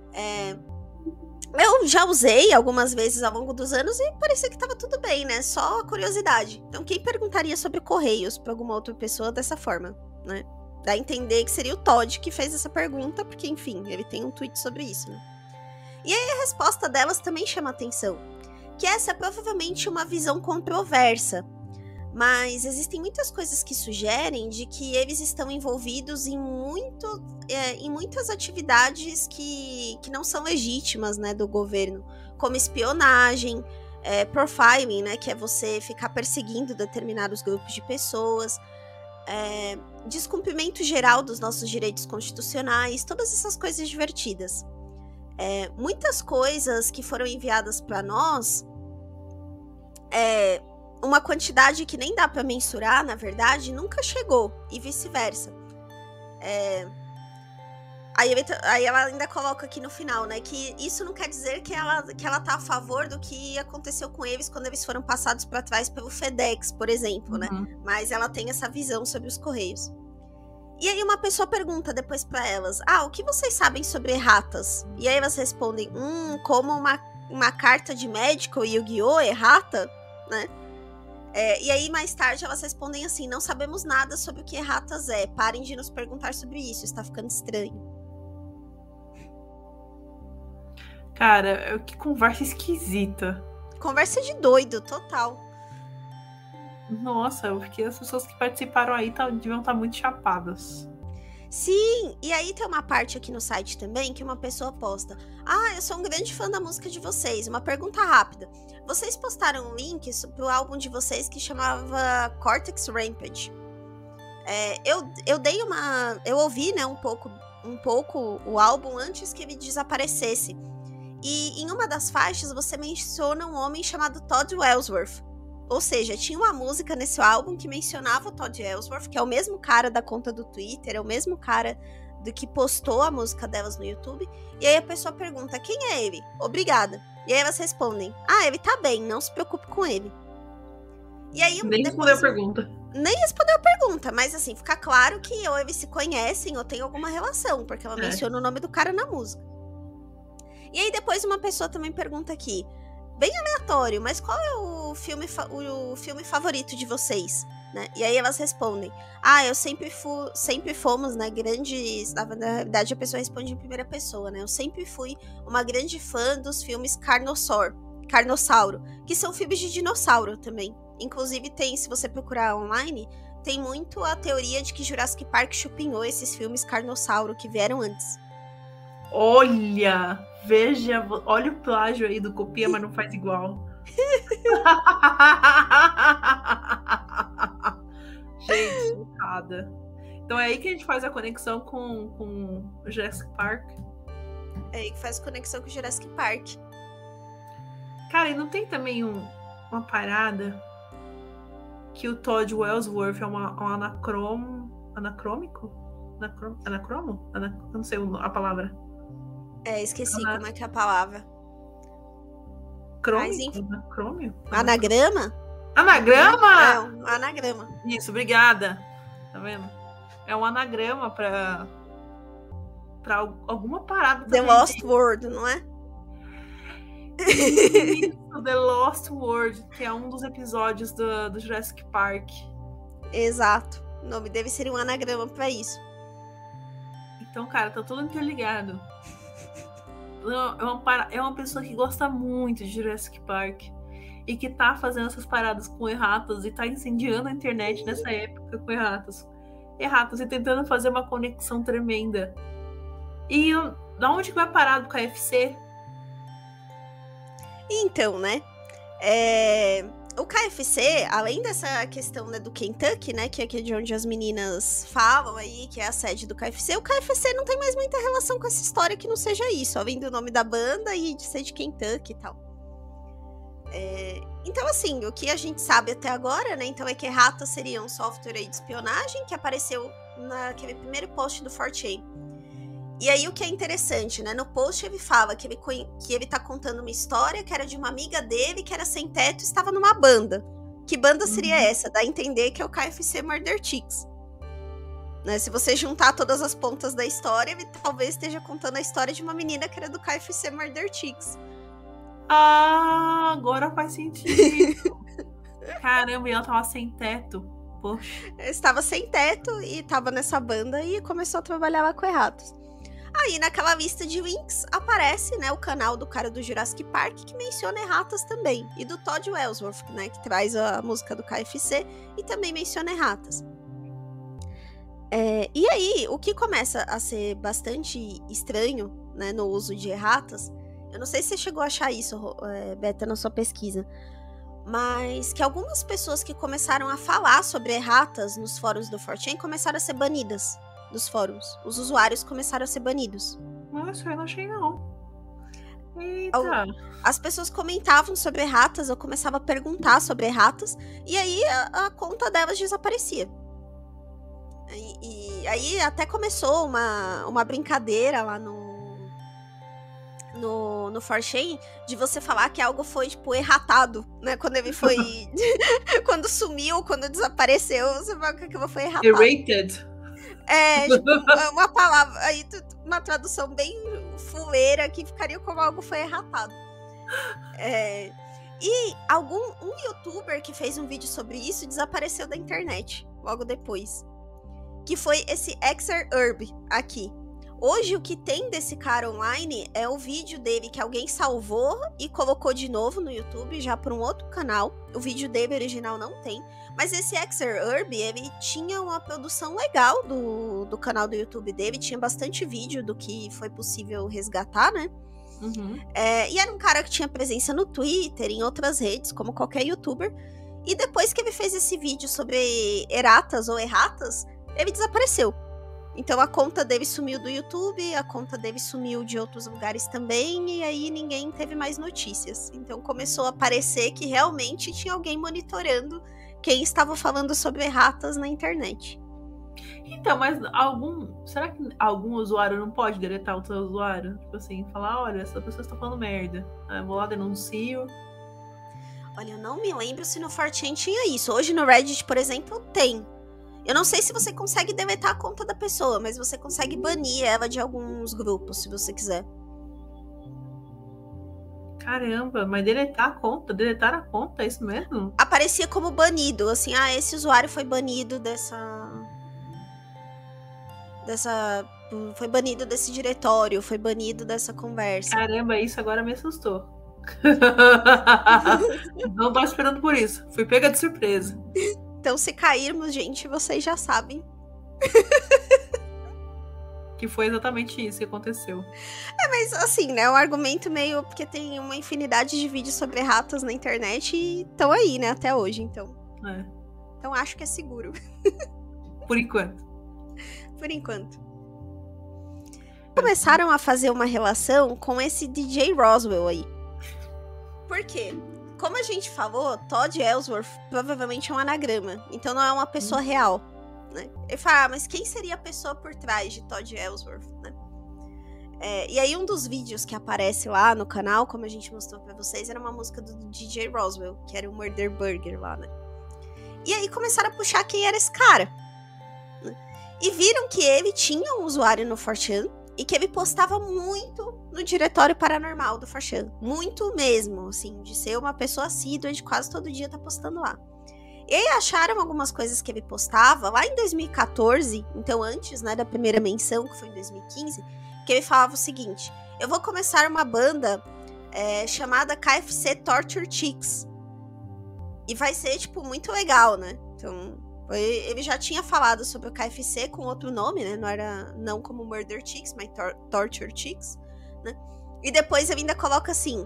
Eu já usei algumas vezes ao longo dos anos e parecia que estava tudo bem, né? Só curiosidade. Então, quem perguntaria sobre Correios para alguma outra pessoa dessa forma, né? Dá a entender que seria o Todd que fez essa pergunta, porque, enfim, ele tem um tweet sobre isso, né? E aí a resposta delas também chama atenção, que essa é provavelmente uma visão controversa, mas existem muitas coisas que sugerem de que eles estão envolvidos em muitas atividades que não são legítimas, né, do governo, como espionagem, profiling, né, que é você ficar perseguindo determinados grupos de pessoas, descumprimento geral dos nossos direitos constitucionais, todas essas coisas divertidas. Muitas coisas que foram enviadas para nós, uma quantidade que nem dá para mensurar, na verdade, nunca chegou, e vice-versa. Aí ela ainda coloca aqui no final, né, que isso não quer dizer que ela tá a favor do que aconteceu com eles quando eles foram passados para trás pelo FedEx, por exemplo, né? Mas ela tem essa visão sobre os Correios. E aí uma pessoa pergunta depois para elas, o que vocês sabem sobre erratas? E aí elas respondem, como uma carta de médico Yu-Gi-Oh! Errata, né? E aí mais tarde elas respondem assim, não sabemos nada sobre o que erratas é, parem de nos perguntar sobre isso, está ficando estranho. Cara, que conversa esquisita. Conversa de doido, total. Nossa, porque as pessoas que participaram aí deviam estar muito chapadas. Sim, e aí tem uma parte aqui no site também que uma pessoa posta, eu sou um grande fã da música de vocês, uma pergunta rápida. Vocês postaram um link pro álbum de vocês que chamava Cortex Rampage. Eu ouvi, né, um pouco o álbum antes que ele desaparecesse. E em uma das faixas você menciona um homem chamado Todd Ellsworth. Ou seja, tinha uma música nesse álbum que mencionava o Todd Ellsworth, que é o mesmo cara da conta do Twitter, é o mesmo cara do que postou a música delas no YouTube. E aí a pessoa pergunta, quem é ele? Obrigada. E aí elas respondem, ele tá bem, não se preocupe com ele. E aí, nem respondeu a pergunta. Nem respondeu a pergunta, mas assim, fica claro que ou eles se conhecem ou tem alguma relação, porque ela menciona o nome do cara na música. E aí depois uma pessoa também pergunta aqui, bem aleatório, mas qual é o filme favorito de vocês? Né? E aí elas respondem, eu sempre fomos, né, grandes... Na verdade a pessoa responde em primeira pessoa, né? Eu sempre fui uma grande fã dos filmes Carnossauro, que são filmes de dinossauro também. Inclusive tem, se você procurar online, tem muito a teoria de que Jurassic Park chupinhou esses filmes Carnossauro que vieram antes. Olha o plágio aí do copia, mas não faz igual. Gente, chocada. Então é aí que a gente faz a conexão com Jurassic Park. É aí que faz conexão com Jurassic Park. Cara, e não tem também uma parada que o Todd Ellsworth é um anacrômico? Anacromo? Eu não sei a palavra. Esqueci como é que é a palavra. Anacrômio? Anagrama? Anagrama? Um anagrama. Isso, obrigada. Tá vendo? É um anagrama pra alguma parada. The Lost World, não é? Isso, The Lost World, que é um dos episódios do Jurassic Park. Exato. O nome dele seria um anagrama pra isso. Então, cara, tá tudo interligado. É uma pessoa que gosta muito de Jurassic Park e que tá fazendo essas paradas com erratas e tá incendiando a internet nessa época com erratas e tentando fazer uma conexão tremenda. E da onde que vai parar do KFC? Então, né? O KFC, além dessa questão, né, do Kentucky, né, que é aqui de onde as meninas falam aí, que é a sede do KFC, o KFC não tem mais muita relação com essa história que não seja isso, ó, vindo o nome da banda e de ser de Kentucky e tal. Então, assim, o que a gente sabe até agora, né, então é que Errata seria um software aí de espionagem que apareceu naquele primeiro post do 4chan. E aí o que é interessante, né? No post ele fala que ele tá contando uma história que era de uma amiga dele que era sem teto e estava numa banda. Que banda seria essa? Dá a entender que é o KFC Murder Chicks. Né? Se você juntar todas as pontas da história, ele talvez esteja contando a história de uma menina que era do KFC Murder Chicks. Ah, agora faz sentido. Caramba, e ela tava sem teto. Poxa. Estava sem teto e estava nessa banda e começou a trabalhar lá com erratos. Aí, naquela lista de links, aparece, né, o canal do cara do Jurassic Park, que menciona erratas também. E do Todd Wellsworth, né, que traz a música do KFC e também menciona erratas. E aí, o que começa a ser bastante estranho, né, no uso de erratas, eu não sei se você chegou a achar isso, Beta, na sua pesquisa, mas que algumas pessoas que começaram a falar sobre erratas nos fóruns do 4chan começaram a ser banidas dos fóruns. Os usuários começaram a ser banidos. Nossa, eu não achei não. Eita. As pessoas comentavam sobre erratas, eu começava a perguntar sobre erratas, e aí a conta delas desaparecia. E aí até começou uma brincadeira lá no 4chan de você falar que algo foi, tipo, erratado, né? Quando ele foi... quando sumiu, quando desapareceu, você fala que aquilo foi erratado. Errated. Tipo, uma palavra, aí uma tradução bem fuleira que ficaria como algo foi erratado. E um youtuber que fez um vídeo sobre isso desapareceu da internet logo depois. Que foi esse Exer-Herb aqui. Hoje o que tem desse cara online é o vídeo dele que alguém salvou e colocou de novo no YouTube, já por um outro canal. O vídeo dele original não tem. Mas esse Exer-Herb, ele tinha uma produção legal do canal do YouTube dele. Tinha bastante vídeo do que foi possível resgatar, né? Uhum. E era um cara que tinha presença no Twitter, em outras redes, como qualquer youtuber. E depois que ele fez esse vídeo sobre eratas ou erratas, ele desapareceu. Então a conta dele sumiu do YouTube, a conta dele sumiu de outros lugares também, e aí ninguém teve mais notícias. Então começou a parecer que realmente tinha alguém monitorando quem estava falando sobre erratas na internet. Então, mas será que algum usuário não pode deletar o seu usuário? Tipo assim, falar, olha, essa pessoa está falando merda. Eu vou lá, denuncio. Olha, eu não me lembro se no 4chan tinha isso. Hoje no Reddit, por exemplo, tem. Eu não sei se você consegue deletar a conta da pessoa, mas você consegue banir ela de alguns grupos, se você quiser. Caramba, mas deletar a conta, é isso mesmo? Aparecia como banido, assim, esse usuário foi banido foi banido desse diretório, foi banido dessa conversa. Caramba, isso agora me assustou. Não tava esperando por isso, fui pega de surpresa. Então, se cairmos, gente, vocês já sabem. Que foi exatamente isso que aconteceu. Mas assim, né, um argumento meio... Porque tem uma infinidade de vídeos sobre ratos na internet e estão aí, né, até hoje, então. Então, acho que é seguro. Por enquanto. Por enquanto. Começaram a fazer uma relação com esse DJ Roswell aí. Por quê? Como a gente falou, Todd Ellsworth provavelmente é um anagrama. Então não é uma pessoa real, né? Ele fala, mas quem seria a pessoa por trás de Todd Ellsworth, né? E aí um dos vídeos que aparece lá no canal, como a gente mostrou pra vocês, era uma música do DJ Roswell, que era o Murder Burger lá, né? E aí começaram a puxar quem era esse cara, né? E viram que ele tinha um usuário no 4chan e que ele postava muito no diretório paranormal do 4chan. Muito mesmo, assim, de ser uma pessoa assídua, de quase todo dia tá postando lá. E aí acharam algumas coisas que ele postava lá em 2014, então antes, né, da primeira menção, que foi em 2015, que ele falava o seguinte: eu vou começar uma banda chamada KFC Torture Chicks. E vai ser, tipo, muito legal, né? Então, ele já tinha falado sobre o KFC com outro nome, né? Não como Murder Chicks, mas Torture Chicks, né? E depois ele ainda coloca assim...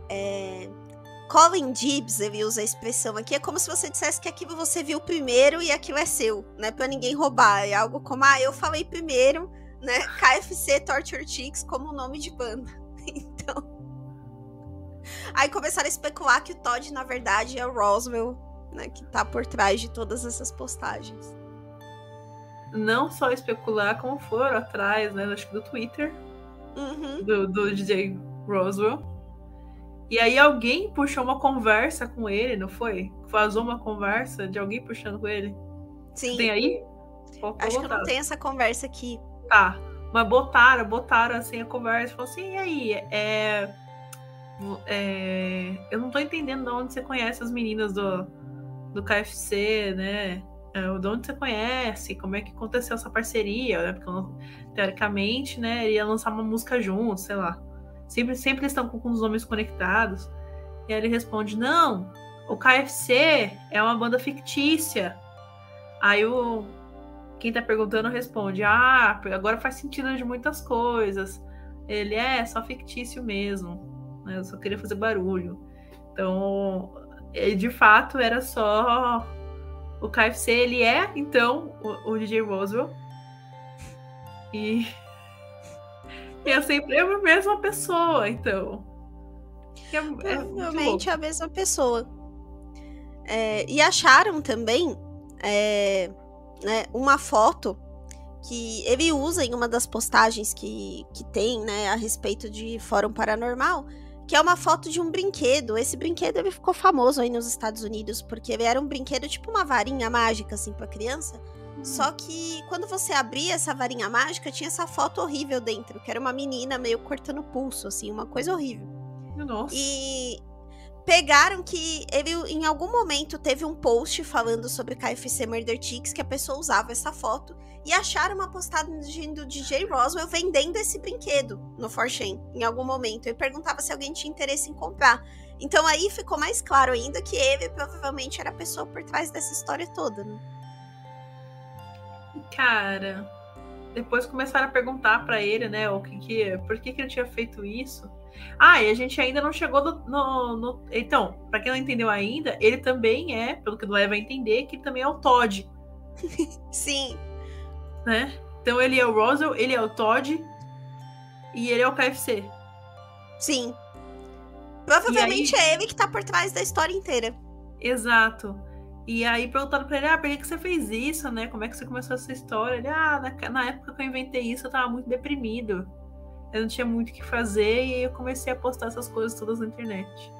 Colin Gibbs, ele usa a expressão aqui, é como se você dissesse que aquilo você viu primeiro e aquilo é seu, né? Pra ninguém roubar. É algo como, eu falei primeiro, né? KFC Torture Chicks como nome de banda. Então... Aí começaram a especular que o Todd, na verdade, é o Roswell, né? Que tá por trás de todas essas postagens. não só especular, como foram atrás, né? Acho que do Twitter, do DJ Roswell. E aí alguém puxou uma conversa com ele, não foi? Vazou uma conversa de alguém puxando com ele? Sim. Tem aí? Acho que eu não tenho essa conversa aqui. Tá. Mas botaram assim a conversa. Falaram assim, e aí? Eu não tô entendendo de onde você conhece as meninas do KFC, né? De onde você conhece? Como é que aconteceu essa parceria? Né? Porque, teoricamente, né, ele ia lançar uma música junto, sei lá. Sempre eles estão com os nomes conectados. E aí ele responde, não, o KFC é uma banda fictícia. Aí quem tá perguntando responde, agora faz sentido de muitas coisas. Ele só fictício mesmo. Né? Eu só queria fazer barulho. Então, ele de fato era só o KFC. Ele então, o DJ Roswell. E é sempre a mesma pessoa, então. Provavelmente é a mesma pessoa. E acharam também né, uma foto que ele usa em uma das postagens que tem, né, a respeito de Fórum Paranormal, que é uma foto de um brinquedo. Esse brinquedo ele ficou famoso aí nos Estados Unidos, porque ele era um brinquedo tipo uma varinha mágica, assim, pra criança. Só que quando você abria essa varinha mágica, tinha essa foto horrível dentro, que era uma menina meio cortando o pulso, assim, uma coisa horrível. Nossa. E pegaram que ele, em algum momento, teve um post falando sobre KFC Murder Chicks, que a pessoa usava essa foto, e acharam uma postagem do DJ Roswell vendendo esse brinquedo no 4chan, em algum momento. E perguntava se alguém tinha interesse em comprar. Então aí ficou mais claro ainda que ele provavelmente era a pessoa por trás dessa história toda, né? Cara, depois começaram a perguntar pra ele, né, por que ele tinha feito isso. E a gente ainda não chegou Então, pra quem não entendeu ainda, ele também pelo que o Noé vai entender, que ele também é o Todd. Sim. Né? Então ele é o Roswell, ele é o Todd e ele é o KFC. Sim. Provavelmente é ele que tá por trás da história inteira. Exato. E aí perguntaram pra ele, por que você fez isso, né? Como é que você começou essa história? Ele, na época que eu inventei isso, eu tava muito deprimido. Eu não tinha muito o que fazer e eu comecei a postar essas coisas todas na internet.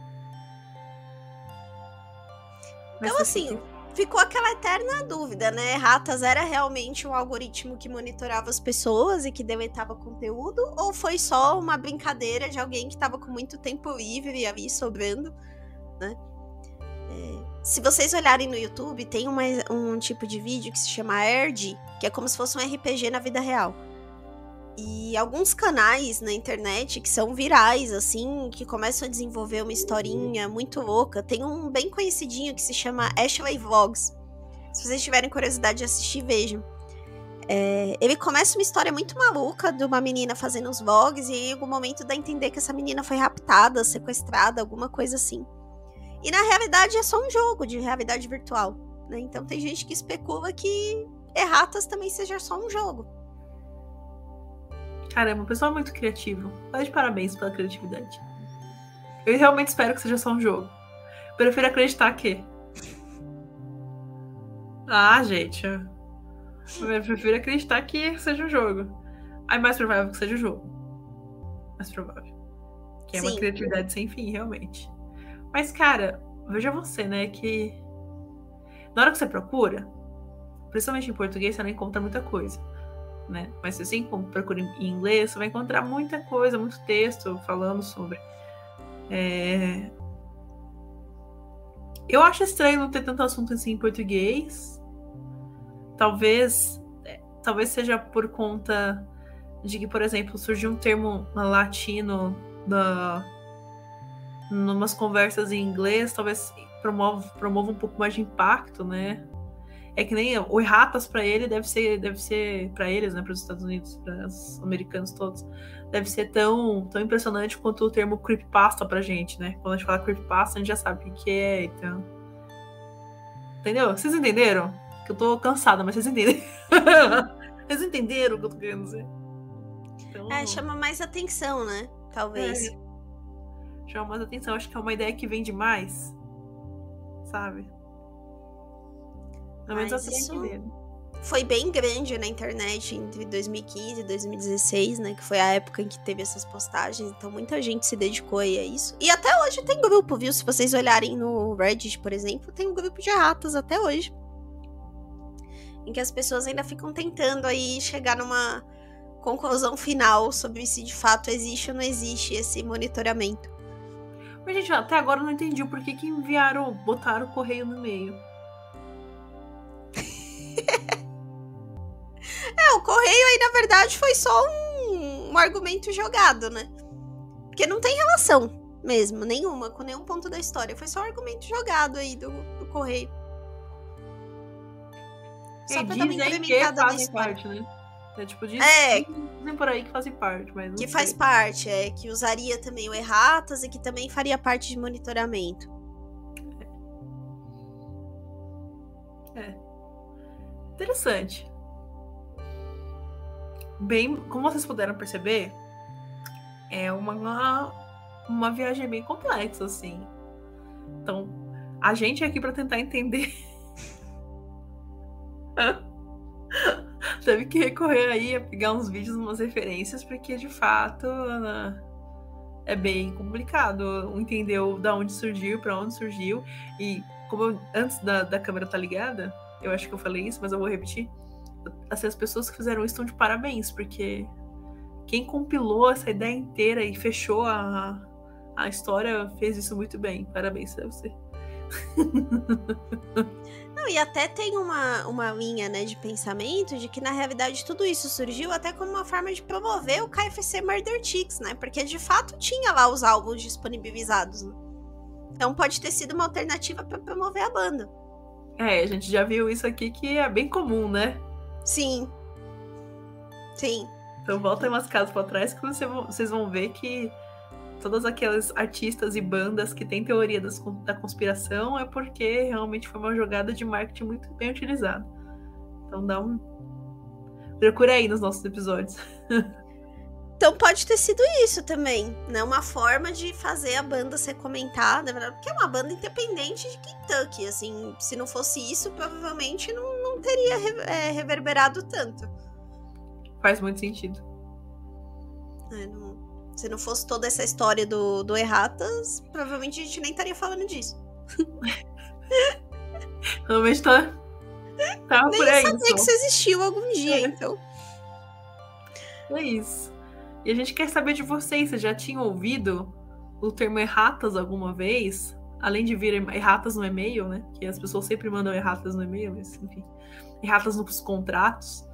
Então, assim, ficou aquela eterna dúvida, né? Ratas era realmente um algoritmo que monitorava as pessoas e que deletava conteúdo? Ou foi só uma brincadeira de alguém que tava com muito tempo livre ali sobrando, né? Se vocês olharem no YouTube, tem um tipo de vídeo que se chama Erd, que é como se fosse um RPG na vida real. E alguns canais na internet que são virais, assim, que começam a desenvolver uma historinha muito louca. Tem um bem conhecidinho que se chama Ashley Vlogs. Se vocês tiverem curiosidade de assistir, vejam. Ele começa uma história muito maluca de uma menina fazendo os vlogs e em algum momento dá a entender que essa menina foi raptada, sequestrada, alguma coisa assim. E na realidade é só um jogo de realidade virtual, né? Então tem gente que especula que Erratas também seja só um jogo. Caramba, o pessoal é muito criativo. Tá de parabéns pela criatividade. Eu realmente espero que seja só um jogo. Prefiro acreditar que... gente... Eu prefiro acreditar que seja um jogo. É mais provável que seja um jogo. Mais provável. Que é uma criatividade sem fim, realmente. Mas, cara, veja você, né, que... Na hora que você procura, principalmente em português, você não encontra muita coisa. Né? Mas se você procura em inglês, você vai encontrar muita coisa, muito texto falando sobre. Eu acho estranho não ter tanto assunto assim em português. Talvez seja por conta de que, por exemplo, surgiu um termo latino numas conversas em inglês, talvez promova um pouco mais de impacto, né? É que nem o Erratas pra ele deve ser pra eles, né, para os Estados Unidos, para os americanos todos, deve ser tão impressionante quanto o termo creepypasta pra gente, né? Quando a gente fala creepypasta, a gente já sabe o que é, então. Entendeu? Vocês entenderam? Que eu tô cansada, mas vocês entenderam. Vocês entenderam o que eu tô querendo dizer? Então, chama mais atenção, né? Talvez. Chama mais atenção. Acho que é uma ideia que vende mais. Sabe? Pelo menos eu tô entendendo. foi bem grande na internet entre 2015 e 2016, né? Que foi a época em que teve essas postagens. Então muita gente se dedicou aí a isso. E até hoje tem grupo, viu? Se vocês olharem no Reddit, por exemplo, tem um grupo de erratas até hoje. Em que as pessoas ainda ficam tentando aí chegar numa conclusão final sobre se de fato existe ou não existe esse monitoramento. Mas, gente, até agora eu não entendi por que botaram o correio no meio. O correio aí, na verdade, foi só um argumento jogado, né? Porque não tem relação mesmo, nenhuma, com nenhum ponto da história. Foi só um argumento jogado aí do correio. Só pra dar uma incrementada na história. Parte, né? É tipo, dizem por aí que fazem parte, mas não que sei. Faz parte, que usaria também o erratas e que também faria parte de monitoramento. Interessante. Bem, como vocês puderam perceber, é uma viagem bem complexa, assim. Então, a gente é aqui para tentar entender. Teve que recorrer aí a pegar uns vídeos, umas referências, porque de fato é bem complicado entender da onde surgiu, para onde surgiu. E como antes da câmera tá ligada, eu acho que eu falei isso, mas eu vou repetir. Assim, as pessoas que fizeram isso estão de parabéns, porque quem compilou essa ideia inteira e fechou a história fez isso muito bem. Parabéns pra você. Não, e até tem uma linha, né, de pensamento de que, na realidade, tudo isso surgiu até como uma forma de promover o KFC Murder Chicks, né? Porque, de fato, tinha lá os álbuns disponibilizados, né? Então pode ter sido uma alternativa para promover a banda. A gente já viu isso aqui, que é bem comum, né? Sim. Então voltem umas casas pra trás que vocês vão ver que todas aquelas artistas e bandas que têm teoria da conspiração é porque realmente foi uma jogada de marketing muito bem utilizada. Então procura aí nos nossos episódios. Então pode ter sido isso também, né? Uma forma de fazer a banda ser comentada, porque é uma banda independente de Kentucky, assim, se não fosse isso, provavelmente não teria reverberado tanto. Faz muito sentido. Se não fosse toda essa história do Erratas, provavelmente a gente nem estaria falando disso. Realmente tava por aí. Nem sabia que isso existiu algum dia, então. É isso. E a gente quer saber de vocês, vocês já tinham ouvido o termo erratas alguma vez? Além de vir erratas no e-mail, né? Que as pessoas sempre mandam erratas no e-mail, mas enfim. Erratas nos contratos.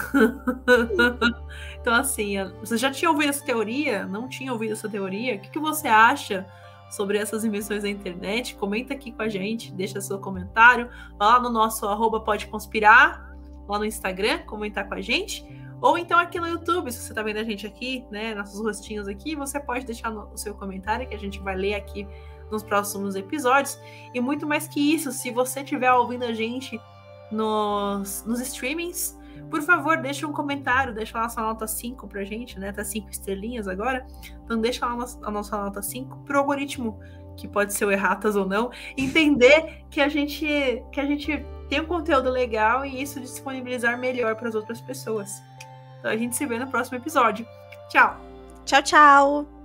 Então, assim, você já tinha ouvido essa teoria? Não tinha ouvido essa teoria? O que você acha sobre essas invenções da internet? Comenta aqui com a gente, deixa seu comentário lá no nosso @podeconspirar, lá no Instagram, comentar com a gente. Ou então aqui no YouTube, se você tá vendo a gente aqui, né, nossos rostinhos aqui, você pode deixar o seu comentário que a gente vai ler aqui nos próximos episódios. E muito mais que isso, se você estiver ouvindo a gente nos streamings, por favor, deixa um comentário, deixa lá a sua nota 5 pra gente, né, tá 5 estrelinhas agora. Então deixa lá a nossa nota 5 pro algoritmo, que pode ser o erratas ou não, entender que a gente tem um conteúdo legal e isso disponibilizar melhor para as outras pessoas. Então a gente se vê no próximo episódio. Tchau! Tchau, tchau!